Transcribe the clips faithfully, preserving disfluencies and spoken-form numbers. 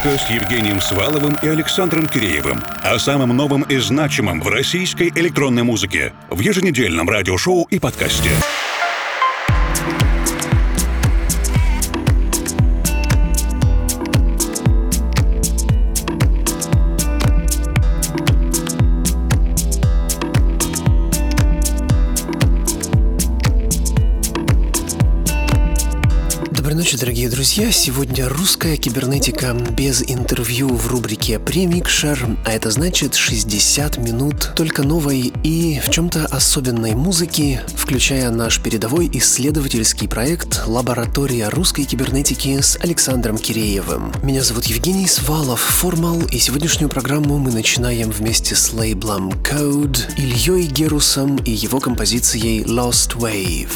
музыка с Евгением Сваловым и Александром Киреевым. О самом новом и значимом в российской электронной музыке в еженедельном радиошоу и подкасте. Доброй ночи, дорогие друзья. Сегодня русская кибернетика без интервью в рубрике «Премикшер», а это значит шестьдесят минут только новой и в чем-то особенной музыки, включая наш передовой исследовательский проект «Лаборатория русской кибернетики» с Александром Киреевым. Меня зовут Евгений Свалов, Формал, и сегодняшнюю программу мы начинаем вместе с лейблом Code, Ильей Герусом и его композицией Lost Wave.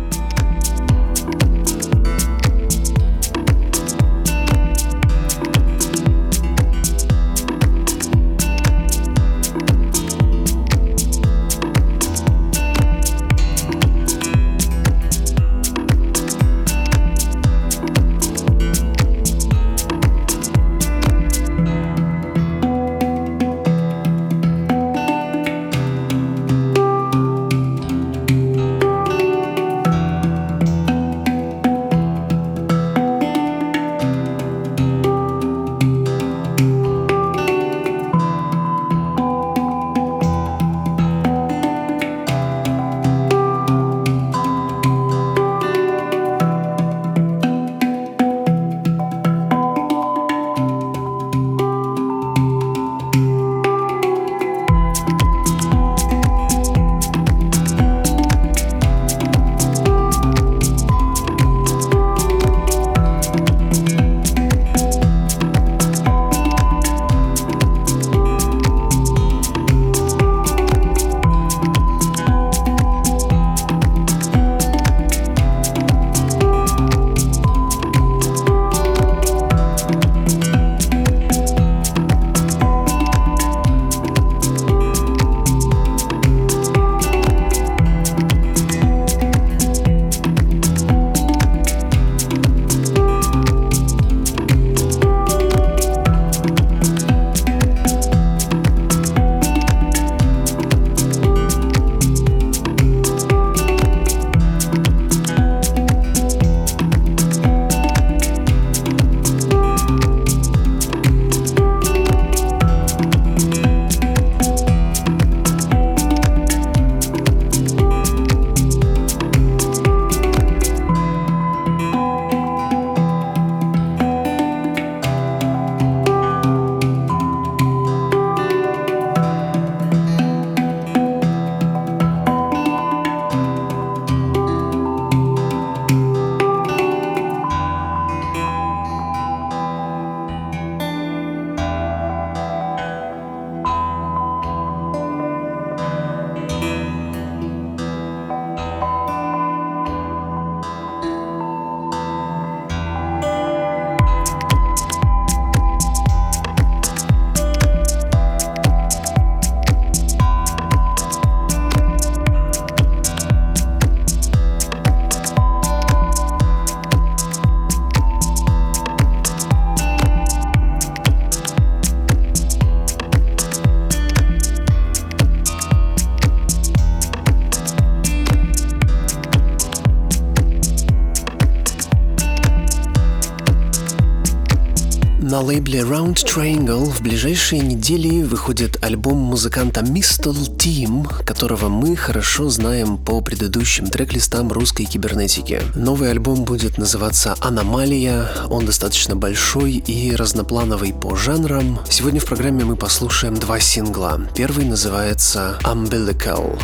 На лейбле Round Triangle в ближайшие недели выходит альбом музыканта Mistal Team, которого мы хорошо знаем по предыдущим трек-листам русской кибернетики. Новый альбом будет называться «Аномалия», он достаточно большой и разноплановый по жанрам. Сегодня в программе мы послушаем два сингла. Первый называется «Umbilical».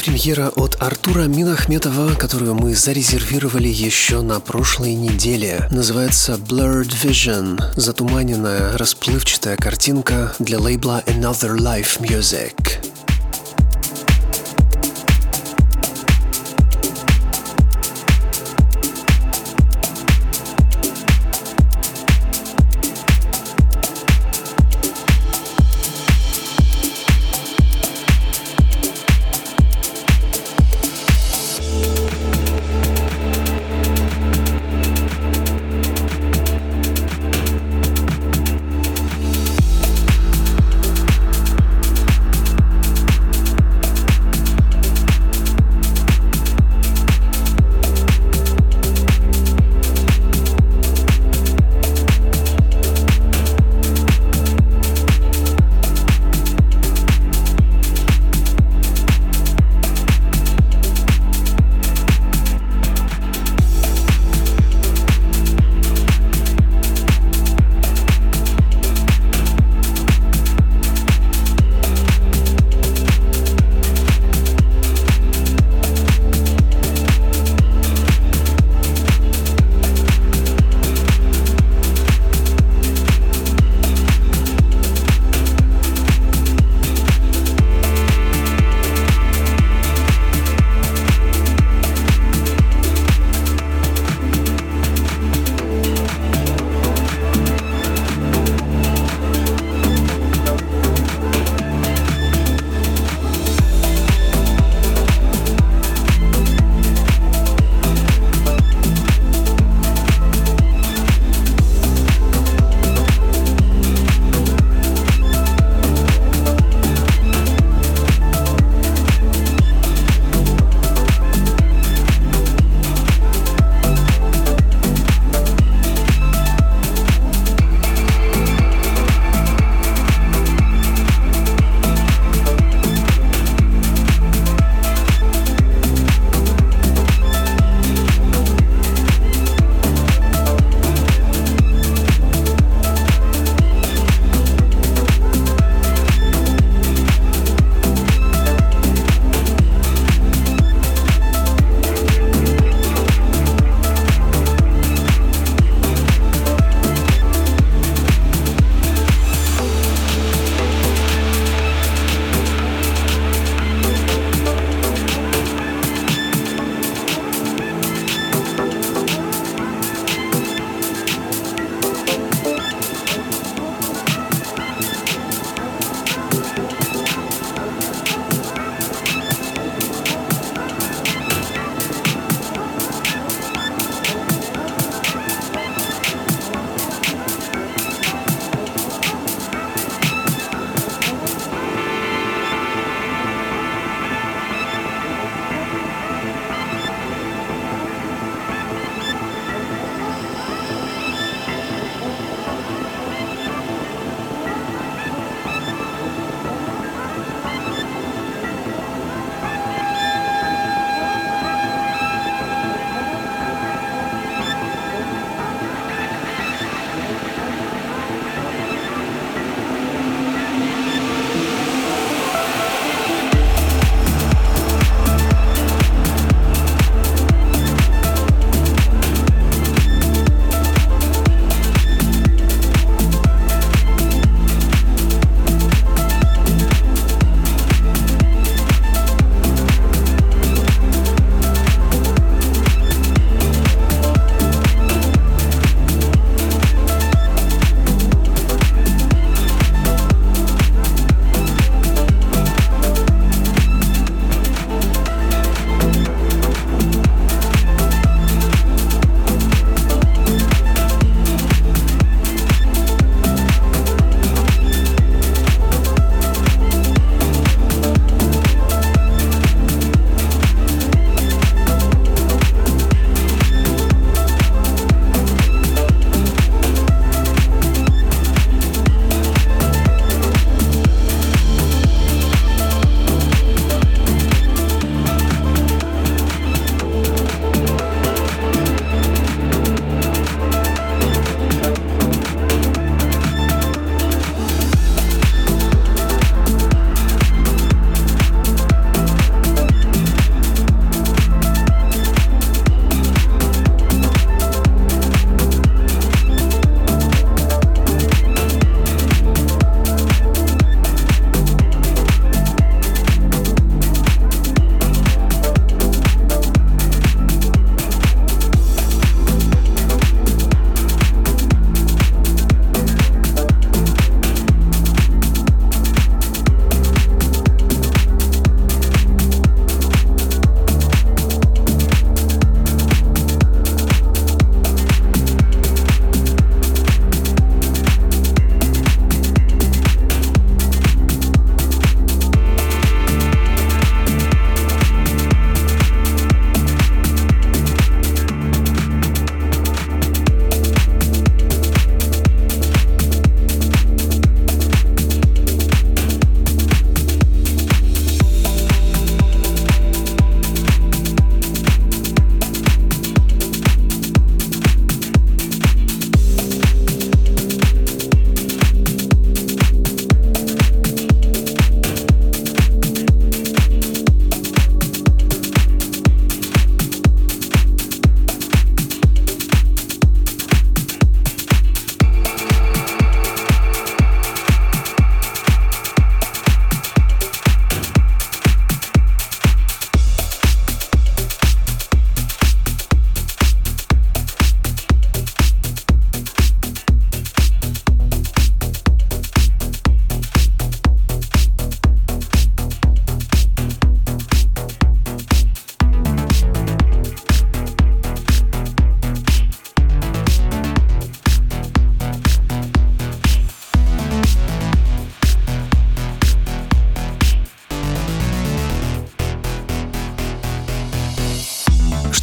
премьера от Артура Минахметова, которую мы зарезервировали еще на прошлой неделе. Называется Blurred Vision. Затуманенная, расплывчатая картинка для лейбла Another Life Music.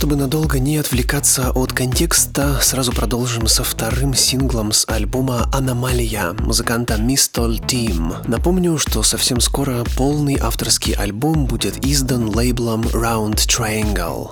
чтобы надолго не отвлекаться от контекста, сразу продолжим со вторым синглом с альбома «Аномалия» музыканта Mistol Team. Напомню, что совсем скоро полный авторский альбом будет издан лейблом Round Triangle.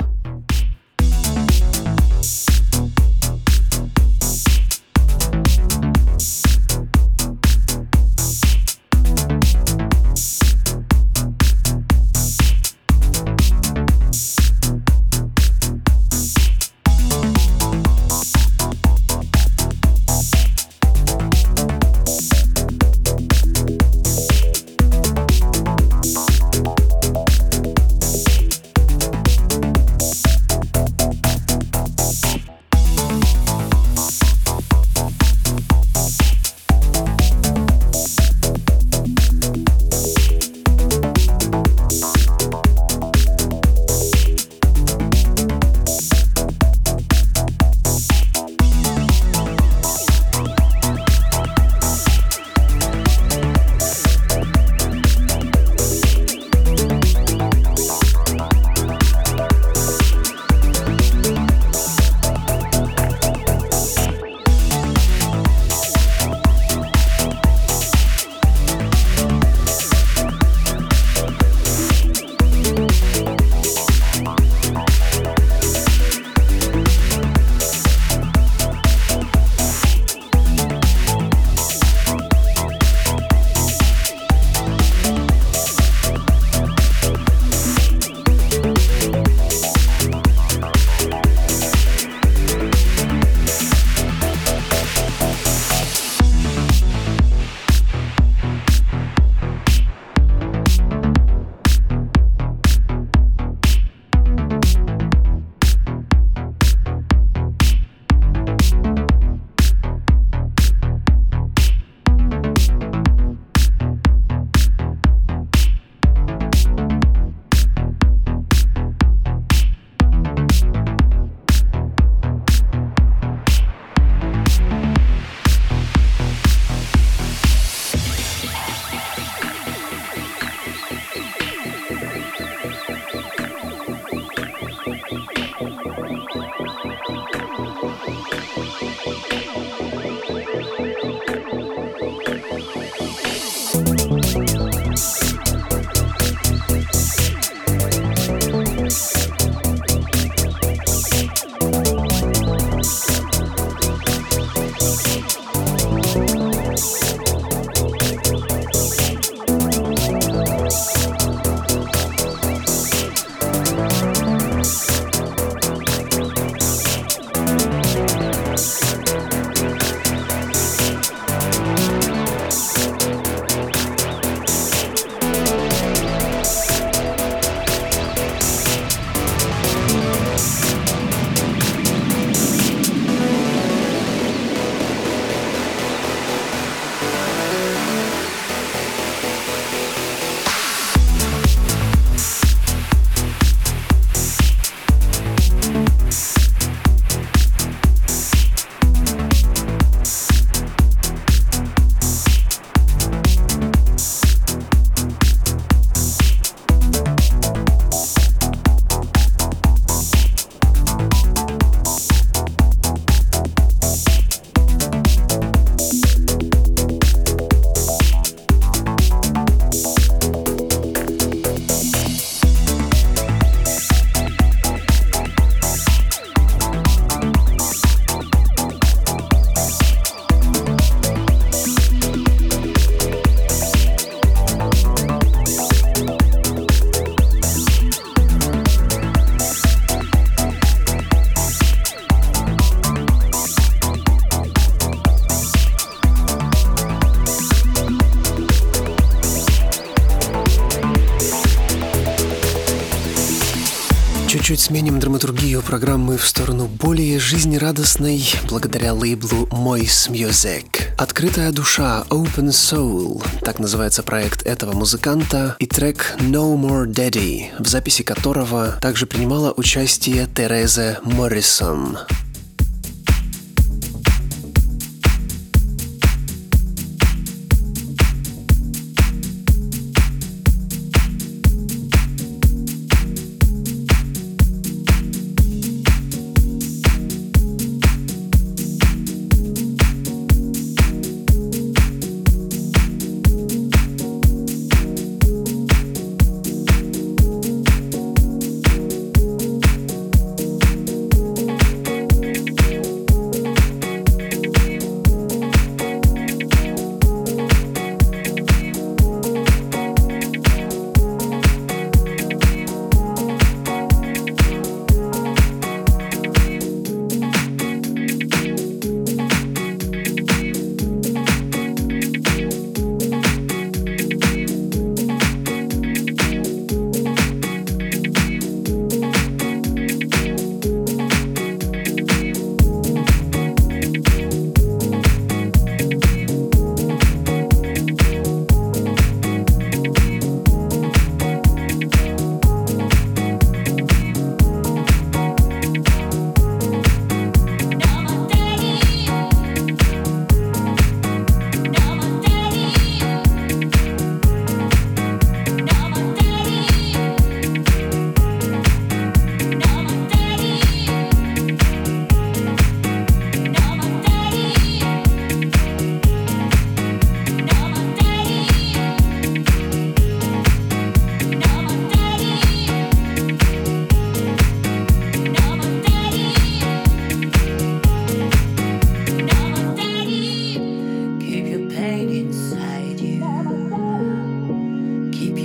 Чуть-чуть сменим драматургию программы в сторону более жизнерадостной благодаря лейблу Moist Music. «Открытая душа» Open Soul, так называется проект этого музыканта, и трек No More Daddy, в записи которого также принимала участие Тереза Моррисон.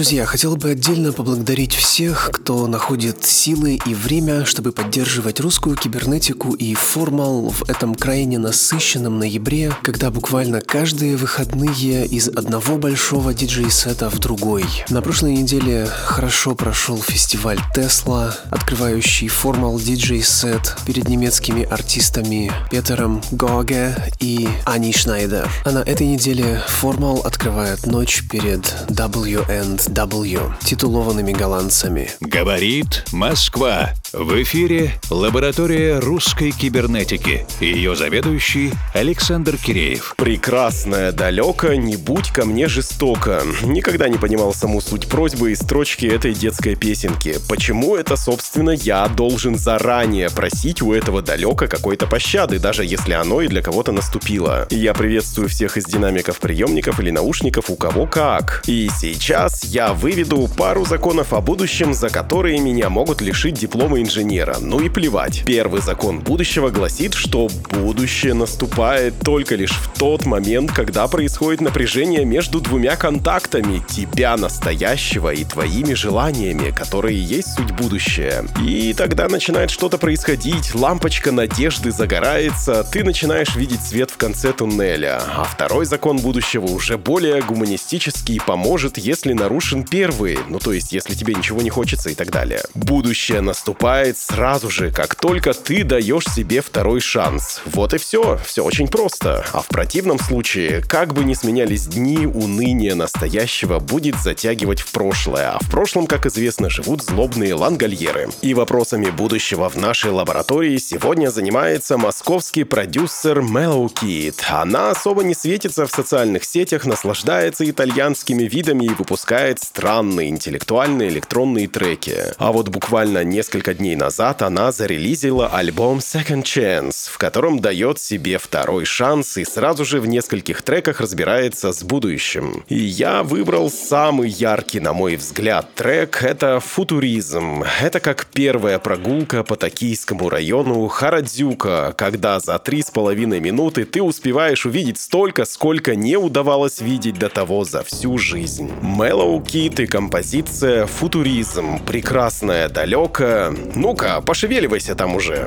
Друзья, хотел бы отдельно поблагодарить всех, кто находит силы и время, чтобы поддерживать русскую кибернетику и формал в этом крайне насыщенном ноябре, когда буквально каждые выходные из одного большого диджей-сета в другой. На прошлой неделе хорошо прошел фестиваль Tesla, открывающий формал диджей-сет перед немецкими артистами Петером Гоге и Аней Шнайдер. А на этой неделе формал открывает ночь перед дабл ю энд дабл ю, титулованными голландцами. Говорит Москва. В эфире лаборатория русской кибернетики. Ее заведующий Александр Киреев. Прекрасное далеко, не будь ко мне жестоко. Никогда не понимал саму суть просьбы и строчки этой детской песенки. Почему это, собственно, я должен заранее просить у этого далека какой-то пощады, даже если оно и для кого-то наступило? Я приветствую всех из динамиков приемников или наушников, у кого как. И сейчас я выведу пару законов о будущем, за которые меня могут лишить диплома инженера. Ну и плевать. Первый закон будущего гласит, что будущее наступает только лишь в тот момент, когда происходит напряжение между двумя контактами: тебя настоящего и твоими желаниями, которые есть суть будущее. И тогда начинает что-то происходить, лампочка надежды загорается, ты начинаешь видеть свет в конце туннеля. А второй закон будущего уже более гуманистический и поможет, если нарушен первый, ну то есть если тебе ничего не хочется и так далее. Будущее наступает сразу же, как только ты даешь себе второй шанс. Вот и все. Все очень просто. А в противном случае, как бы ни сменялись дни, уныние настоящего будет затягивать в прошлое. А в прошлом, как известно, живут злобные лангольеры. И вопросами будущего в нашей лаборатории сегодня занимается московский продюсер Mellow Kid. Она особо не светится в социальных сетях, наслаждается итальянскими видами и выпускает странные интеллектуальные электронные треки. А вот буквально несколько дней назад она зарелизила альбом Second Chance, в котором дает себе второй шанс и сразу же в нескольких треках разбирается с будущим. И я выбрал самый яркий, на мой взгляд, трек — это «Футуризм». Это как первая прогулка по токийскому району Харадзюка, когда за три с половиной минуты ты успеваешь увидеть столько, сколько не удавалось видеть до того за всю жизнь. Mellow Kid и композиция «Футуризм». Прекрасная, далеко. Ну-ка, пошевеливайся там уже.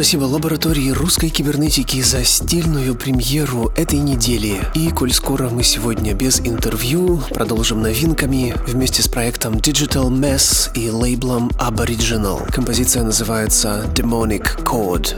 спасибо лаборатории русской кибернетики за стильную премьеру этой недели. И коль скоро мы сегодня без интервью, продолжим новинками вместе с проектом Digital Mess и лейблом Aboriginal. Композиция называется Demonic Chord.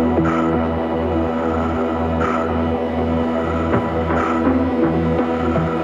Thank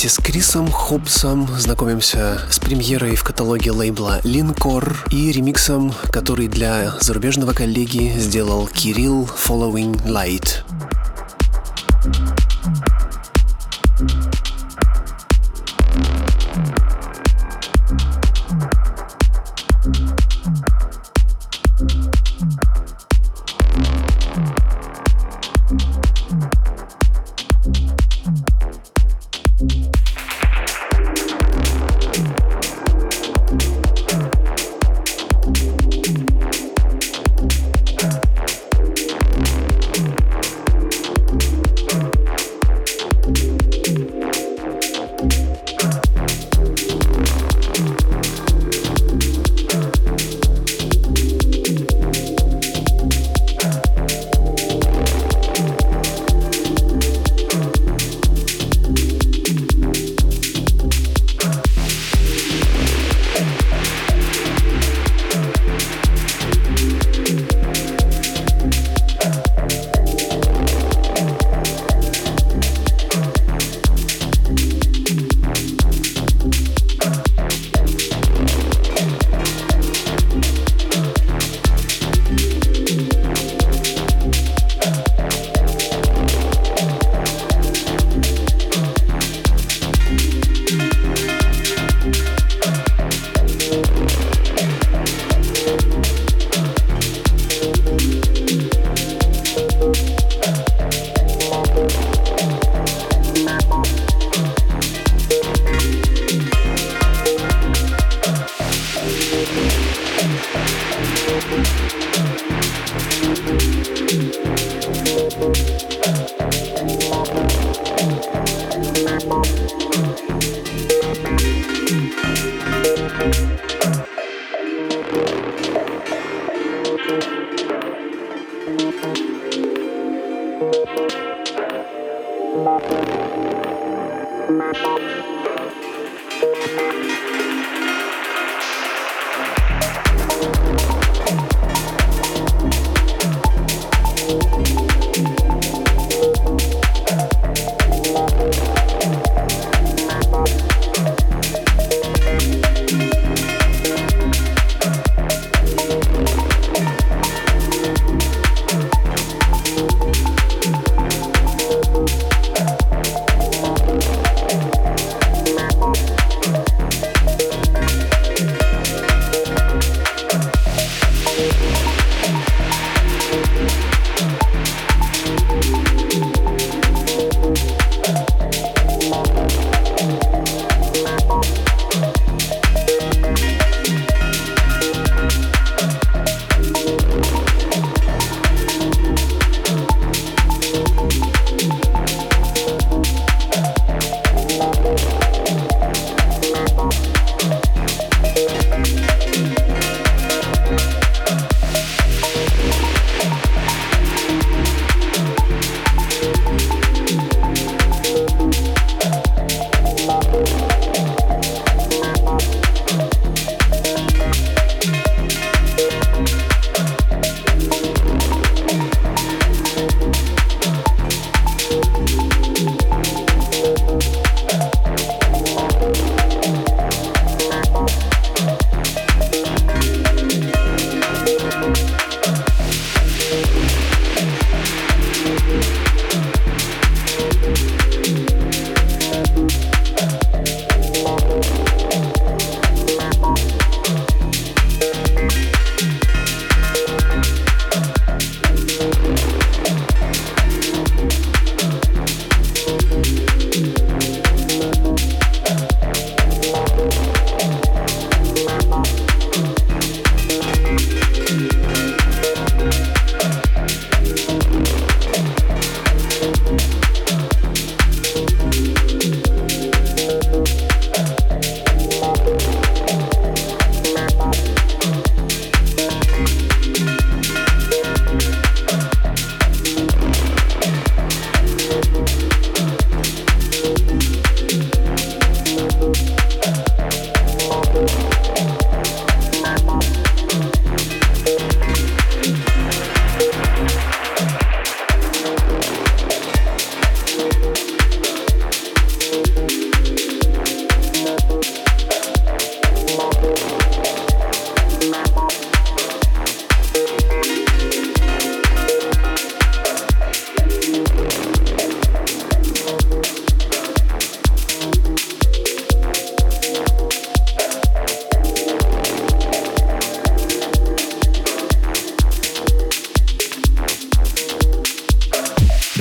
вместе с Крисом Хопсом знакомимся с премьерой в каталоге лейбла Линкор и ремиксом, который для зарубежного коллеги сделал Кирилл Following Light.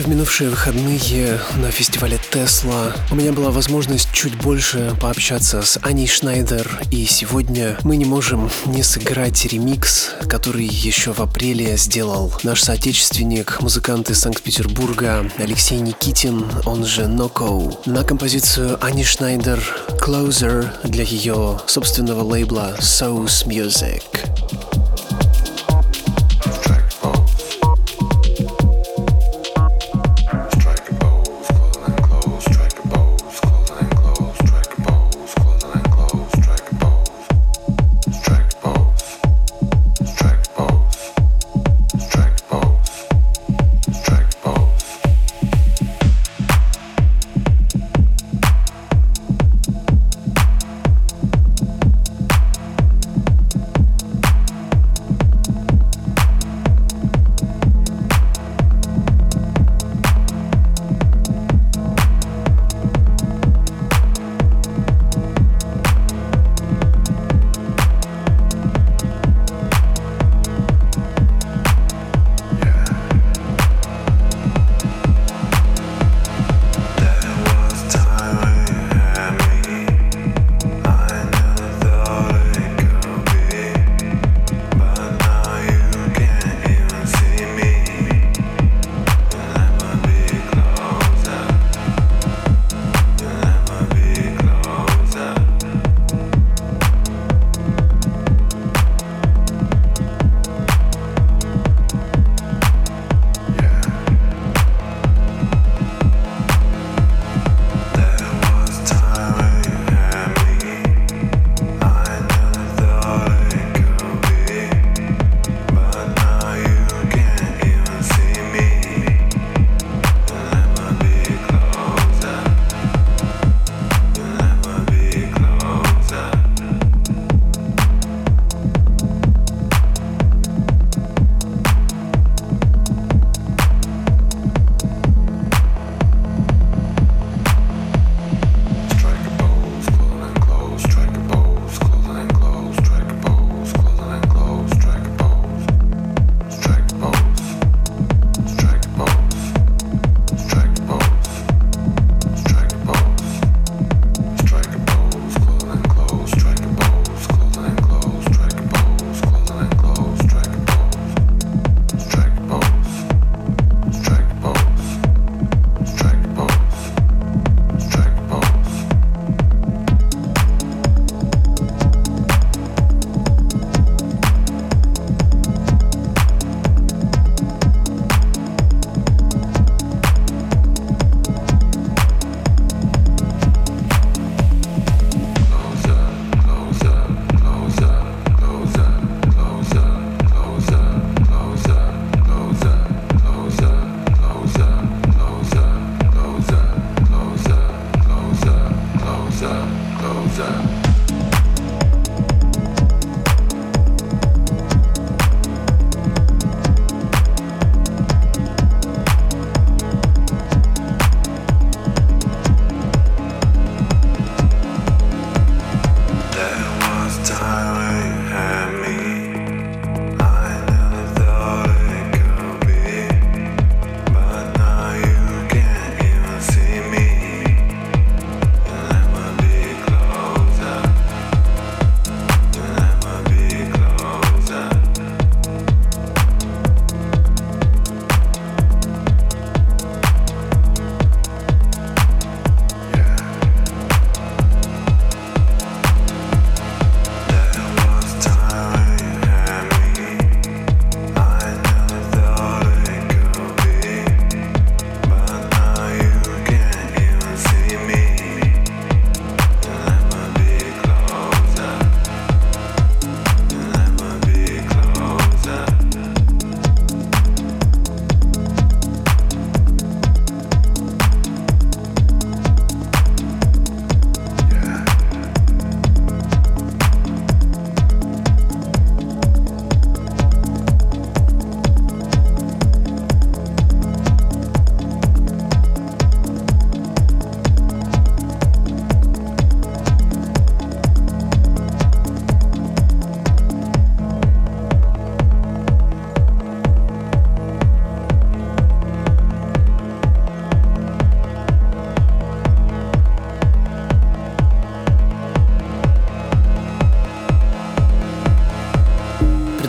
в минувшие выходные на фестивале Tesla у меня была возможность чуть больше пообщаться с Аней Шнайдер, и сегодня мы не можем не сыграть ремикс, который еще в апреле сделал наш соотечественник, музыкант из Санкт-Петербурга Алексей Никитин, он же Ноко, на композицию Ани Шнайдер «Closer» для ее собственного лейбла Source Music.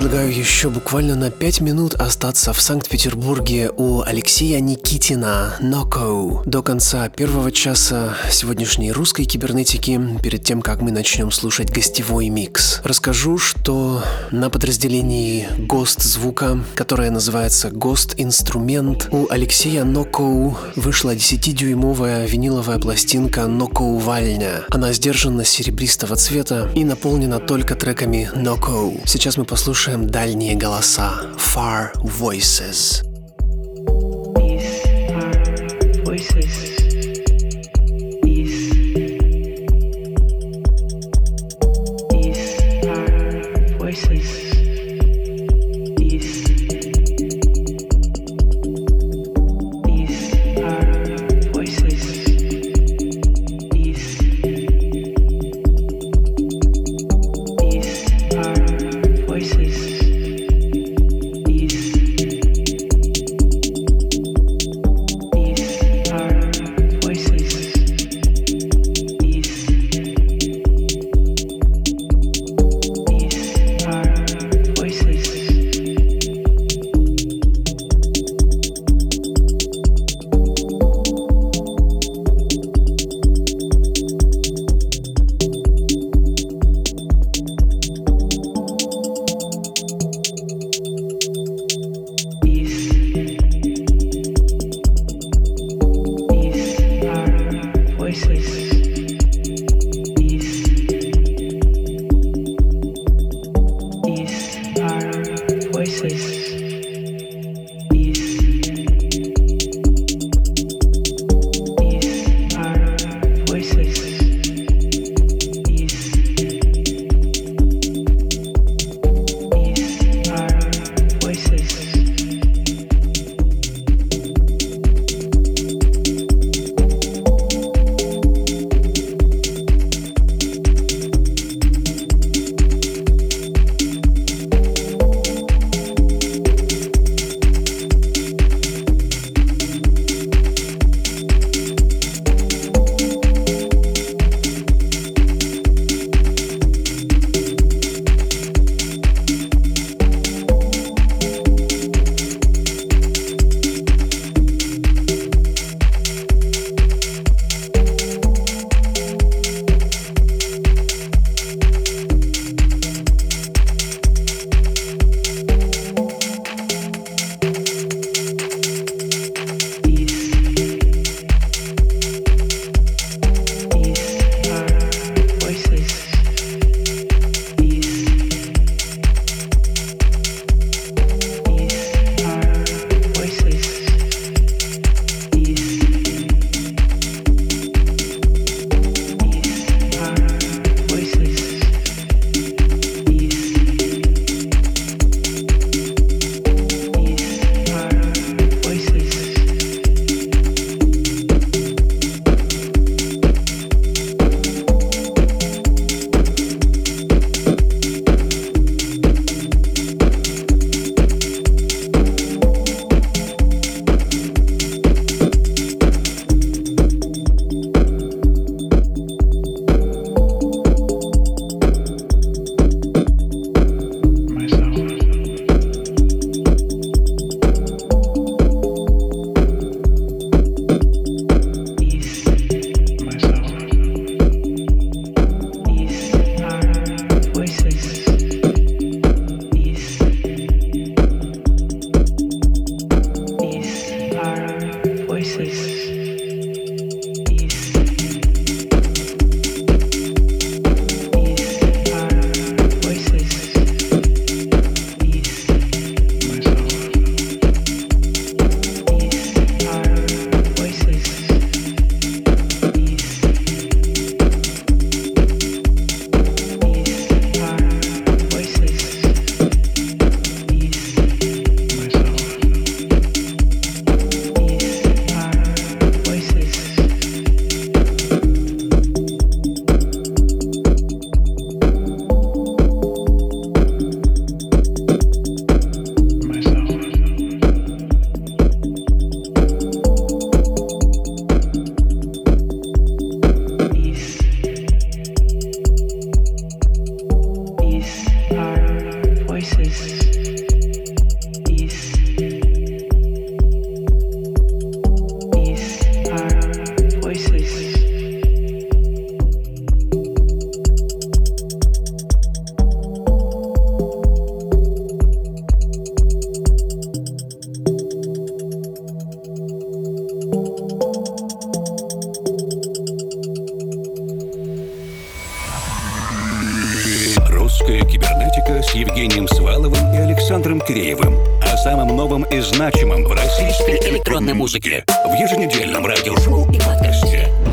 предлагаю еще буквально на пять минут остаться в Санкт-Петербурге у Алексея Никитина «Ноко». До конца первого часа сегодняшней русской кибернетики, перед тем, как мы начнем слушать гостевой микс. Расскажу, что на подразделении Ghost звука, которое называется Ghost Инструмент, у Алексея «Ноко» вышла десятидюймовая виниловая пластинка «Ноко Вальня». Она сдержанно серебристого цвета и наполнена только треками «Ноко». Сейчас мы послушаем дальние голоса Far Voices. These are voices. These, these are voices. These, these are voices. These, these are voices. These, these are voices. These, these are Евгением Сваловым и Александром Киреевым о самом новом и значимом в российской электронной музыке в еженедельном радиошоу и подкасте.